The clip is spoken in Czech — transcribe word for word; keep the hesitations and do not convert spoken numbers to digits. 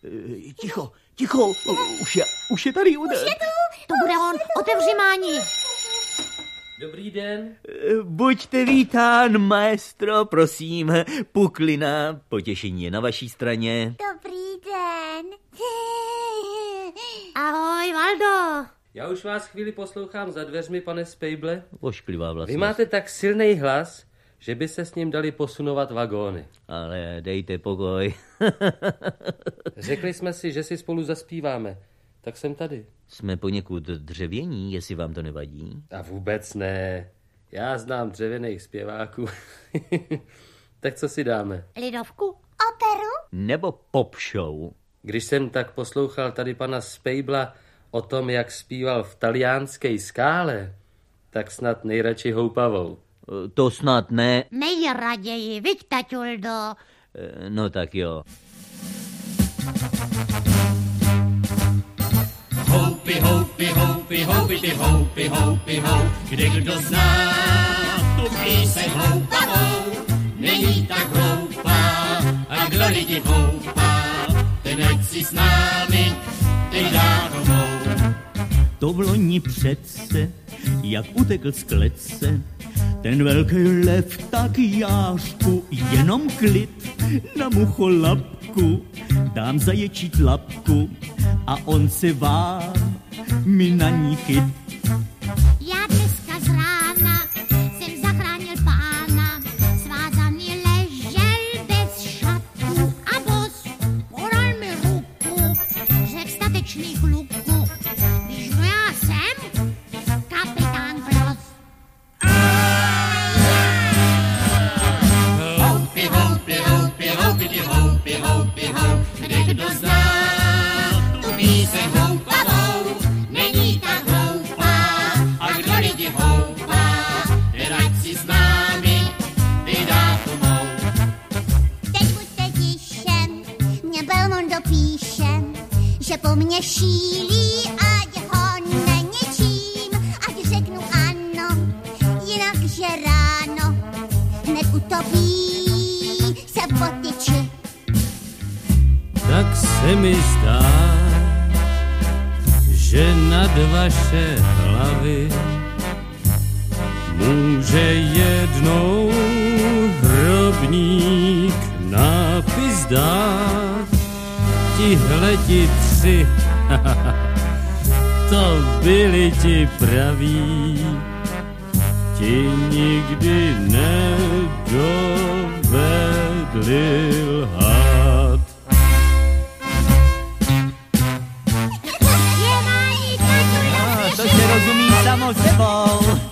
Ticho, ticho, už je, už je tady. Už je tu. To bude on, otevři, Máni. Dobrý den. Buďte vítán, maestro, prosím. Puklina, potěšení je na vaší straně. Dobrý den. Ahoj, Valdo. Já už vás chvíli poslouchám za dveřmi, pane Spejble. Ošklivá vlastnost. Vy máte tak silný hlas, že by se s ním dali posunovat vagóny. Ale dejte pokoj. Řekli jsme si, že si spolu zaspíváme. Tak jsem tady. Jsme poněkud dřevění, jestli vám to nevadí. A vůbec ne. Já znám dřevěných zpěváků. Tak co si dáme? Lidovku? Operu? Nebo pop show? Když jsem tak poslouchal tady pana Spejbla o tom, jak zpíval v Taliánské skále, tak snad nejradši houpavou. To snad ne. Nejraději, viď, taťuldo? No tak jo. Houpy, houpy, houpy, houpy, ty houpy, houpy, hou. Kde kdo zná tu píseň houpavou, není tak hloupá, a kdo lidi houpá, ten ať si s námi teď dá domů. To v loni přece, jak utekl z klece, ten velký lev, tak jášku, jenom klid na mucholapku, dám zaječí tlapku a on se vá mi na ní chyt. Já dneska z rána jsem zachránil pána, svázaný ležel bez šatů a bos, podal mi ruku, řek statečný kluku, víš, kdo já jsem? Kapitán Klos. Houpy, houpy, houpy, houpy, ty houpy, houpy, hou. Kde kdo zná tu píseň houpavou, není tak hloupá, a kdo lidi houpá, ten ať si s námi vydá domů. Teď buďte tiše, mě Belmondo píše, že po mně šílí, ať ho neničím, ať řeknu ano, jinak že ráno hned utopí se v potyči. Tak se mi zdá, že nad vaše hlavy může jednou hrobník nápis dát. Tihleti tři, to byli ti praví, ti nikdy nedovedli lhát. To se rozumí samo sebou.